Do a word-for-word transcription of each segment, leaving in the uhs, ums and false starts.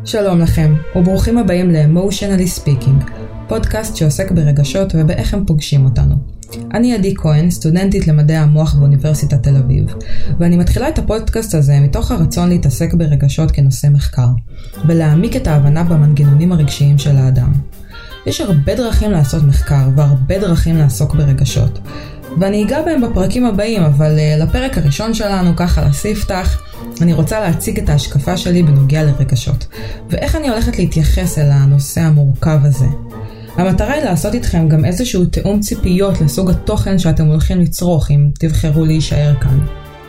שלום לכם, וברוכים הבאים ל-Emotionally Speaking, פודקאסט שעוסק ברגשות ובאיך הם פוגשים אותנו. אני עדי כהן, סטודנטית למדעי המוח באוניברסיטת תל אביב, ואני מתחילה את הפודקאסט הזה מתוך הרצון להתעסק ברגשות כנושא מחקר, ולהעמיק את ההבנה במנגנונים הרגשיים של האדם. יש הרבה דרכים לעשות מחקר, והרבה דרכים לעסוק ברגשות, ואני אגע בהם בפרקים הבאים, אבל uh, לפרק הראשון שלנו, ככה לספתח, אני רוצה להציג את ההשקפה שלי בנוגע לרגשות, ואיך אני הולכת להתייחס אל הנושא המורכב הזה. המטרה היא לעשות איתכם גם איזשהו תאום ציפיות לסוג התוכן שאתם הולכים לצרוך אם תבחרו להישאר כאן.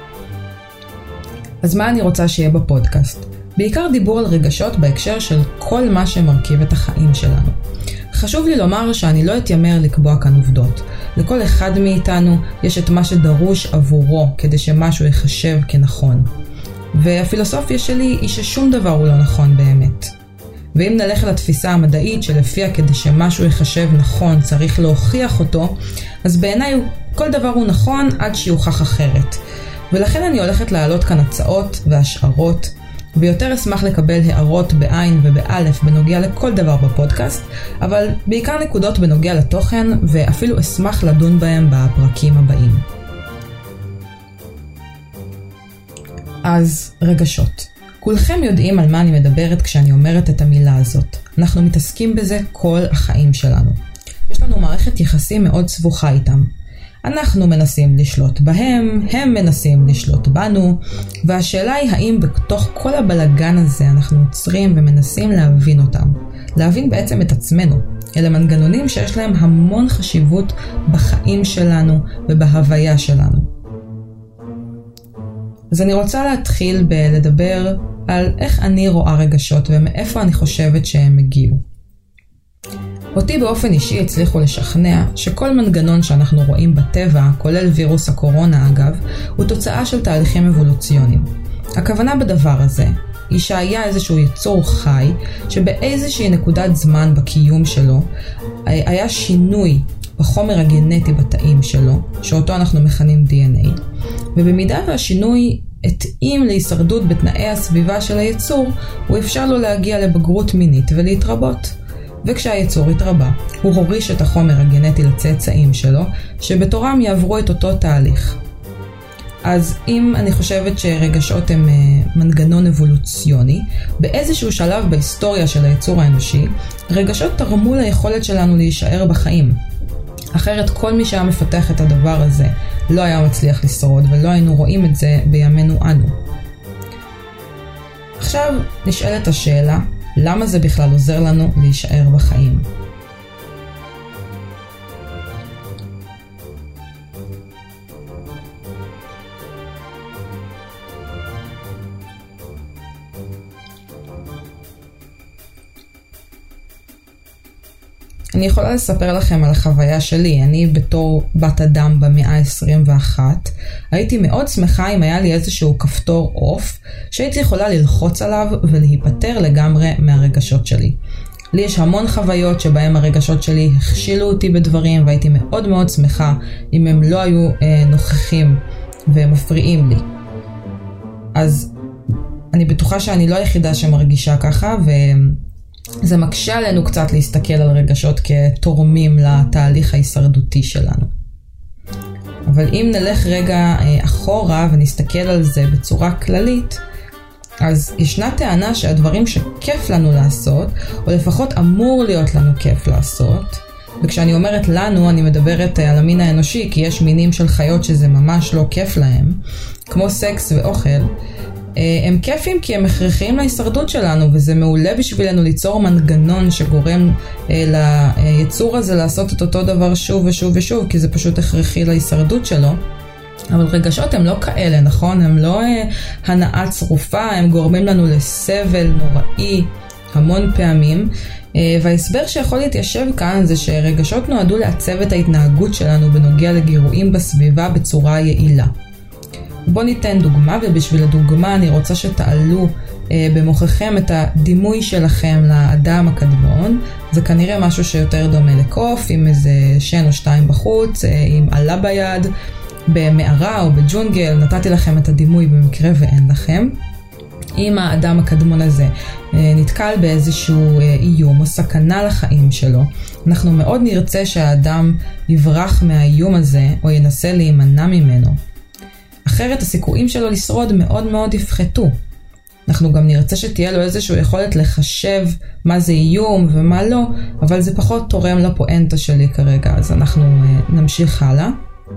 אז מה אני רוצה שיהיה בפודקאסט? בעיקר דיבור על רגשות בהקשר של כל מה שמרכיב את החיים שלנו. חשוב לי לומר שאני לא אתיימר לקבוע כאן עובדות. לכל אחד מאיתנו יש את מה שדרוש עבורו כדי שמשהו יחשב כנכון. והפילוסופיה שלי היא ששום דבר הוא לא נכון באמת. ואם נלך לתפיסה המדעית שלפיה כדי שמשהו יחשב נכון צריך להוכיח אותו, אז בעיניי כל דבר הוא נכון עד שיוכח אחרת. ולכן אני הולכת להעלות כאן הצעות והשערות, ויותר אשמח לקבל הערות בעין ובאלף בנוגע לכל דבר בפודקאסט, אבל בעיקר נקודות בנוגע לתוכן, ואפילו אשמח לדון בהם בפרקים הבאים. אז רגשות. כולכם יודעים על מה אני מדברת כשאני אומרת את המילה הזאת. אנחנו מתעסקים בזה כל החיים שלנו. יש לנו מערכת יחסים מאוד סבוכה איתם. אנחנו מנסים לשלוט בהם, הם מנסים לשלוט בנו, והשאלה היא האם בתוך כל הבלגן הזה אנחנו עוצרים ומנסים להבין אותם. להבין בעצם את עצמנו. אלה מנגנונים שיש להם המון חשיבות בחיים שלנו ובהוויה שלנו. אז אני רוצה להתחיל בלדבר על איך אני רואה רגשות ומאיפה אני חושבת שהם הגיעו. אותי באופן אישי הצליחו לשכנע שכל מנגנון שאנחנו רואים בטבע, כולל וירוס הקורונה אגב, הוא תוצאה של תהליכים אבולוציוניים. הכוונה בדבר הזה היא שהיה איזשהו יצור חי שבאיזושהי נקודת זמן בקיום שלו היה שינוי בחומר הגנטי בתאים שלו, שאותו אנחנו מכנים די אן איי, ובמידה והשינוי התאים להישרדות בתנאי הסביבה של היצור, הוא אפשר לו להגיע לבגרות מינית ולהתרבות. וכשהיצור התרבה, הוא הוריש את החומר הגנטי לצאצאים שלו, שבתורם יעברו את אותו תהליך. אז אם אני חושבת שרגשות הם מנגנון אבולוציוני, באיזשהו שלב בהיסטוריה של היצור האנושי, רגשות תרמו ליכולת שלנו להישאר בחיים. אחרת כל מי שהיה מפתח את הדבר הזה לא היה מצליח לשרוד, ולא היינו רואים את זה בימינו אנו. עכשיו נשאלת השאלה, למה זה בכלל עוזר לנו להישאר בחיים? אני יכולה לספר לכם על החוויה שלי. אני בתור בת אדם במאה ה-עשרים ואחת, הייתי מאוד שמחה אם היה לי איזשהו כפתור אוף, שהייתי יכולה ללחוץ עליו ולהיפטר לגמרי מהרגשות שלי. לי יש המון חוויות שבהם הרגשות שלי הכשילו אותי בדברים, והייתי מאוד מאוד שמחה אם הם לא היו אה, נוכחים ומפריעים לי. אז אני בטוחה שאני לא היחידה שמרגישה ככה, ו... זה מקשה עלינו קצת להסתכל על רגשות כתורמים לתהליך ההישרדותי שלנו. אבל אם נלך רגע אחורה ונסתכל על זה בצורה כללית, אז ישנה טענה שהדברים שכיף לנו לעשות, או לפחות אמור להיות לנו כיף לעשות, וכשאני אומרת לנו אני מדברת על המין האנושי, כי יש מינים של חיות שזה ממש לא כיף להם, כמו סקס ואוכל, הם כיפים כי הם הכרחיים להישרדות שלנו, וזה מעולה בשבילנו ליצור מנגנון שגורם ליצור הזה לעשות את אותו דבר שוב ושוב ושוב, כי זה פשוט הכרחי להישרדות שלו. אבל רגשות הם לא כאלה, נכון? הם לא הנאה צרופה, הם גורמים לנו לסבל נוראי המון פעמים, וההסבר שיכול להתיישב כאן זה שרגשות נועדו לעצב את ההתנהגות שלנו בנוגע לגירויים בסביבה בצורה יעילה. בוא ניתן דוגמה, ובשביל הדוגמה אני רוצה שתעלו אה, במוחכם את הדימוי שלכם לאדם הקדמון. זה כנראה משהו שיותר דומה לקוף, עם איזה שן או שתיים בחוץ, אה, עם עלה ביד, במערה או בג'ונגל. נתתי לכם את הדימוי במקרה ואין לכם. אם האדם הקדמון הזה נתקל באיזשהו איום או סכנה לחיים שלו, אנחנו מאוד נרצה שהאדם יברח מהאיום הזה או ינסה להימנע ממנו. אחרת הסיכויים שלו לשרוד מאוד מאוד יפחתו. אנחנו גם נרצה שתהיה לו איזשהו יכולת לחשב מה זה איום ומה לא, אבל זה פחות תורם לפואנטה שלי כרגע, אז אנחנו נמשיך הלאה.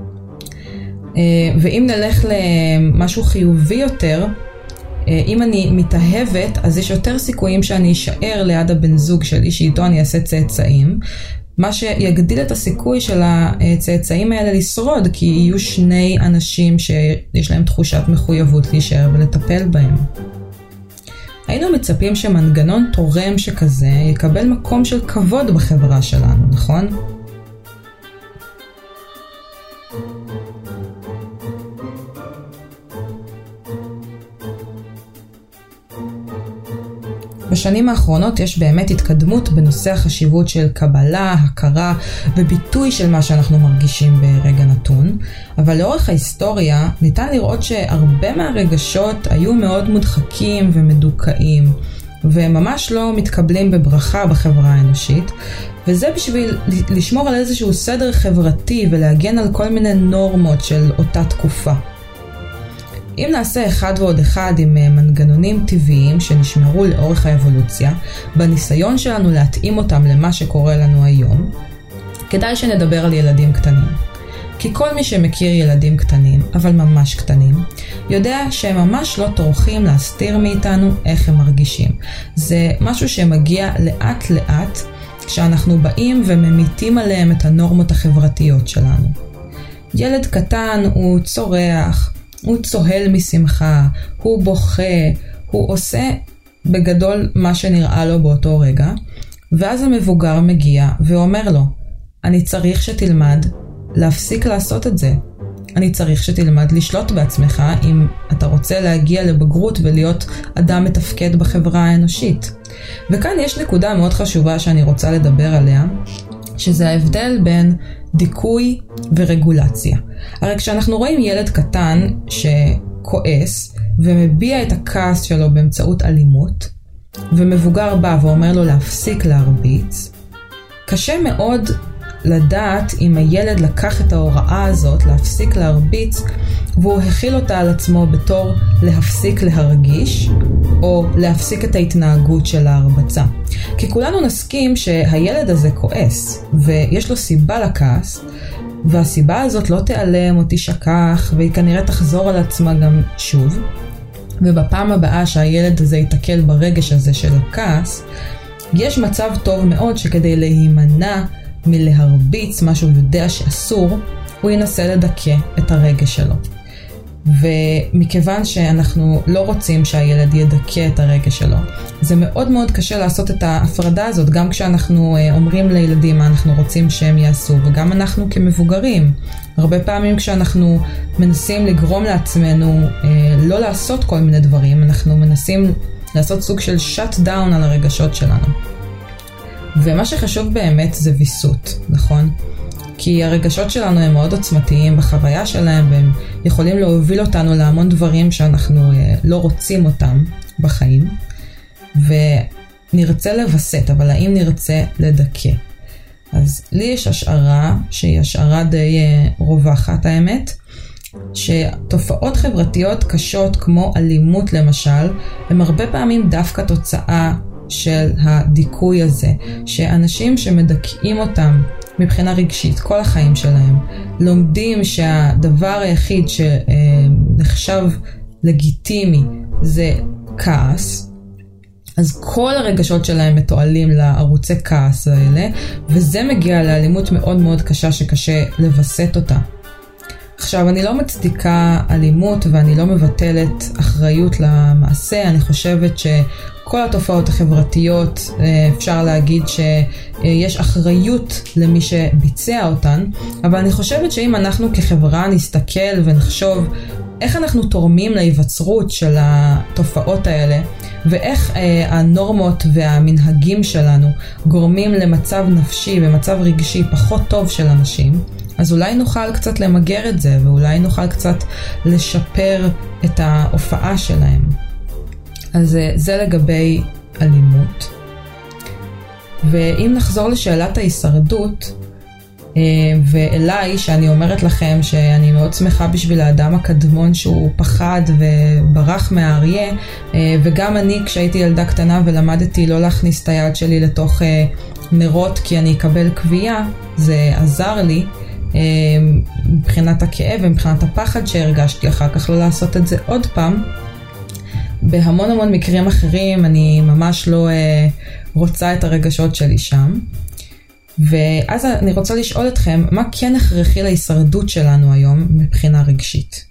ואם נלך למשהו חיובי יותר, אם אני מתאהבת, אז יש יותר סיכויים שאני אשאר ליד הבן זוג שלי, שאיתו אני אעשה צאצאים, מה שיגדיל את הסיכוי של הצאצאים האלה לשרוד, כי יהיו שני אנשים שיש להם תחושת מחויבות להישאר ולטפל בהם. היינו מצפים שמנגנון תורם שכזה יקבל מקום של כבוד בחברה שלנו, נכון? בשנים האחרונות יש באמת התקדמות בנושא החשיבות של קבלה, הכרה וביטוי של מה שאנחנו מרגישים ברגע נתון, אבל לאורך ההיסטוריה ניתן לראות שהרבה מהרגשות היו מאוד מודחקים ומדוכאים, וממש לא מתקבלים בברכה בחברה האנושית, וזה בשביל לשמור על איזשהו סדר חברתי ולהגן על כל מיני נורמות של אותה תקופה. אם נעשה אחד ועוד אחד עם מנגנונים טבעיים שנשמרו לאורך האבולוציה, בניסיון שלנו להתאים אותם למה שקורה לנו היום, כדאי שנדבר על ילדים קטנים. כי כל מי שמכיר ילדים קטנים, אבל ממש קטנים, יודע שהם ממש לא טורחים להסתיר מאיתנו איך הם מרגישים. זה משהו שמגיע לאט לאט, כשאנחנו באים וממיתים עליהם את הנורמות החברתיות שלנו. ילד קטן הוא צורח, הוא צוהל משמחה, הוא בוכה, הוא עושה בגדול מה שנראה לו באותו רגע, ואז המבוגר מגיע ואומר לו, אני צריך שתלמד להפסיק לעשות את זה. אני צריך שתלמד לשלוט בעצמך אם אתה רוצה להגיע לבגרות ולהיות אדם מתפקד בחברה האנושית. וכאן יש נקודה מאוד חשובה שאני רוצה לדבר עליה, שזה ההבדל בין דיכוי ורגולציה. הרי כשאנחנו רואים ילד קטן שכועס ומביע את הכעס שלו באמצעות אלימות, ומבוגר בא ואומר לו להפסיק להרביץ, קשה מאוד לדעת אם הילד לקח את ההוראה הזאת להפסיק להרביץ, והוא הכיל אותה על עצמו בתור להפסיק להרגיש, או להפסיק את ההתנהגות של ההרבצה. כי כולנו נסכים שהילד הזה כועס, ויש לו סיבה לכעס, והסיבה הזאת לא תיעלם או תשכח, והיא כנראה תחזור על עצמה גם שוב. ובפעם הבאה שהילד הזה יתקל ברגש הזה של הכעס, יש מצב טוב מאוד שכדי להימנע מלהרביץ מה שהוא יודע שאסור, הוא ינסה לדכא את הרגש שלו. ומכיוון שאנחנו לא רוצים שהילד ידכא את הרגש שלו, זה מאוד מאוד קשה לעשות את ההפרדה הזאת, גם כשאנחנו אומרים לילדים מה אנחנו רוצים שהם יעשו, וגם אנחנו כמבוגרים. הרבה פעמים כשאנחנו מנסים לגרום לעצמנו לא לעשות כל מיני דברים, אנחנו מנסים לעשות סוג של shut down על הרגשות שלנו. ומה שחשוב באמת זה ויסות, נכון? כי הרגשות שלנו הם מאוד עוצמתיים בחוויה שלהם, והם יכולים להוביל אותנו להמון דברים שאנחנו לא רוצים אותם בחיים, ונרצה לבסט, אבל האם נרצה לדכא? אז לי יש השערה, שהיא השערה די רווחת האמת, שתופעות חברתיות קשות כמו אלימות למשל, הם הרבה פעמים דווקא תוצאה של הדיכוי הזה, שאנשים שמדכאים אותם מבחינה רגשית כל החיים שלהם, לומדים שהדבר היחיד שנחשב לגיטימי זה כעס, אז כל הרגשות שלהם מתועלים לערוצי כעס האלה, וזה מגיע לאלימות מאוד מאוד קשה שקשה לבסט אותה. עכשיו, אני לא מצדיקה אלימות ואני לא מבטלת אחריות למעשה. אני חושבת שכל התופעות החברתיות, אפשר להגיד שיש אחריות למי שביצע אותן, אבל אני חושבת שאם אנחנו כחברה נסתכל ונחשוב איך אנחנו תורמים להיווצרות של התופעות האלה, ואיך הנורמות והמנהגים שלנו גורמים למצב נפשי ומצב רגשי פחות טוב של אנשים, אז אולי נוכל קצת למגר את זה, ואולי נוכל קצת לשפר את ההופעה שלהם. אז זה לגבי אלימות. ואם נחזור לשאלת ההישרדות, ואליי, שאני אומרת לכם שאני מאוד שמחה בשביל האדם הקדמון שהוא פחד וברח מהאריה, וגם אני כשהייתי ילדה קטנה ולמדתי לא להכניס את היד שלי לתוך נרות כי אני אקבל קביעה, זה עזר לי מבחינת הכאב ומבחינת הפחד שהרגשתי אחר כך לא לעשות את זה עוד פעם. בהמון המון מקרים אחרים אני ממש לא רוצה את הרגשות שלי שם. ואז אני רוצה לשאול אתכם, מה כן הכרחי להישרדות שלנו היום מבחינה רגשית?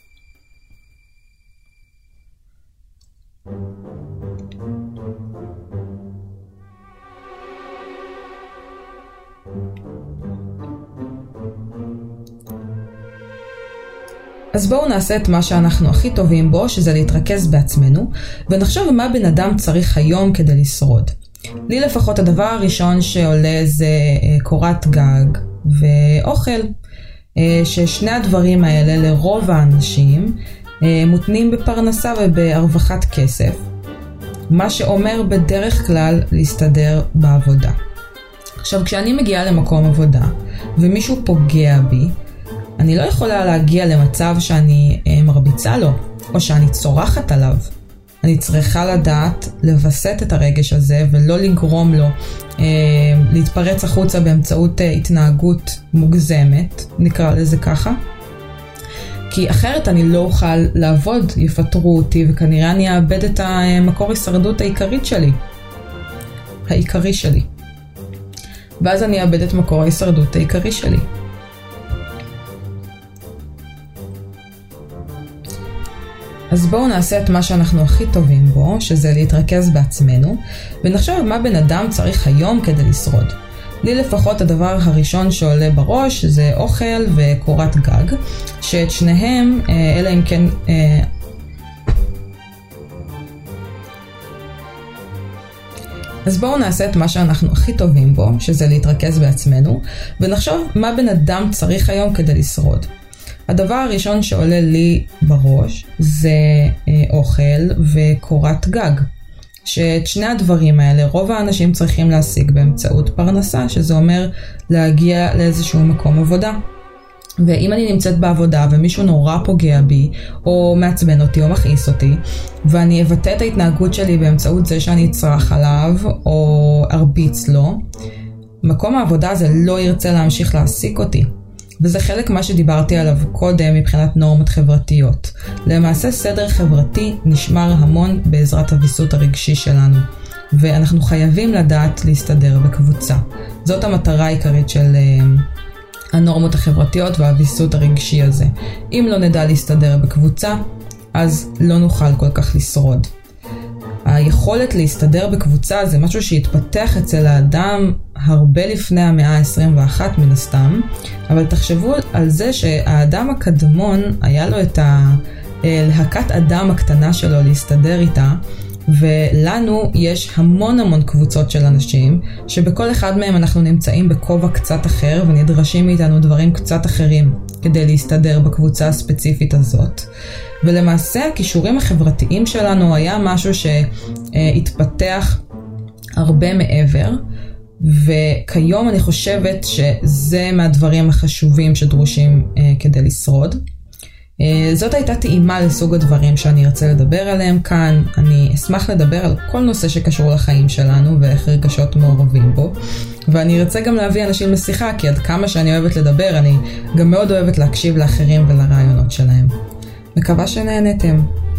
אז בואו נעשה את מה שאנחנו הכי טובים בו, שזה להתרכז בעצמנו, ונחשוב מה בן אדם צריך היום כדי לשרוד. לי לפחות הדבר הראשון שעולה זה קורת גג ואוכל, ששני הדברים האלה לרוב האנשים מותנים בפרנסה ובהרווחת כסף, מה שאומר בדרך כלל להסתדר בעבודה. עכשיו, כשאני מגיעה למקום עבודה ומישהו פוגע בי, אני לא יכולה להגיע למצב שאני מרביצה לו או שאני צורחת עליו. אני צריכה לדעת לבסט את הרגש הזה ולא לגרום לו אה, להתפרץ החוצה באמצעות אה, התנהגות מוגזמת, נקרא לזה ככה. כי אחרת אני לא אוכל לעבוד, יפטרו אותי וכנראה אני אאבד את המקור הישרדות העיקרית שלי. העיקרי שלי. ואז אני אאבד את מקור ההישרדות העיקרי שלי. אז בואו נעשה את מה שאנחנו הכי טובים בו, שזה להתרכז בעצמנו, ונחשוב מה בן אדם צריך היום כדי לשרוד. לי לפחות הדבר הראשון שעולה בראש זה אוכל וקורת גג, שאת שניהם, אלא אם כן... אז בואו נעשה את מה שאנחנו הכי טובים בו, שזה להתרכז בעצמנו, ונחשוב מה בן אדם צריך היום כדי לשרוד. הדבר הראשון שעולה לי בראש זה אוכל וקורת גג, שאת שני הדברים האלה רוב האנשים צריכים להשיג באמצעות פרנסה, שזה אומר להגיע לאיזשהו מקום עבודה. ואם אני נמצאת בעבודה ומישהו נורא פוגע בי, או מעצבן אותי או מכעיס אותי, ואני אבטא את ההתנהגות שלי באמצעות זה שאני אצרח עליו או ארביץ לו, מקום העבודה הזה לא ירצה להמשיך להעסיק אותי. וזה חלק מה שדיברתי עליו קודם מבחינת נורמות חברתיות. למעשה סדר חברתי נשמר המון בעזרת הוויסות הרגשי שלנו, ואנחנו חייבים לדעת להסתדר בקבוצה. זאת המטרה העיקרית של הנורמות החברתיות והוויסות הרגשי הזה. אם לא נדע להסתדר בקבוצה, אז לא נוכל כל כך לשרוד. היכולת להסתדר בקבוצה זה משהו שהתפתח אצל האדם הרבה לפני המאה ה-עשרים ואחת מן הסתם, אבל תחשבו על זה שהאדם הקדמון היה לו את להקת אדם הקטנה שלו להסתדר איתה, ולנו יש המון המון קבוצות של אנשים, שבכל אחד מהם אנחנו נמצאים בכובע קצת אחר, ונדרשים מאיתנו דברים קצת אחרים כדי להסתדר בקבוצה הספציפית הזאת. ולמעשה הכישורים החברתיים שלנו היה משהו שהתפתח הרבה מעבר, וכיום אני חושבת שזה מהדברים החשובים שדרושים כדי לשרוד. זאת הייתה טעימה לסוג הדברים שאני ארצה לדבר עליהם כאן. אני אשמח לדבר על כל נושא שקשור לחיים שלנו ואיך רגשות מעורבים בו, ואני ארצה גם להביא אנשים לשיחה, כי עד כמה שאני אוהבת לדבר, אני גם מאוד אוהבת להקשיב לאחרים ולרעיונות שלהם. מקווה שנהנתם.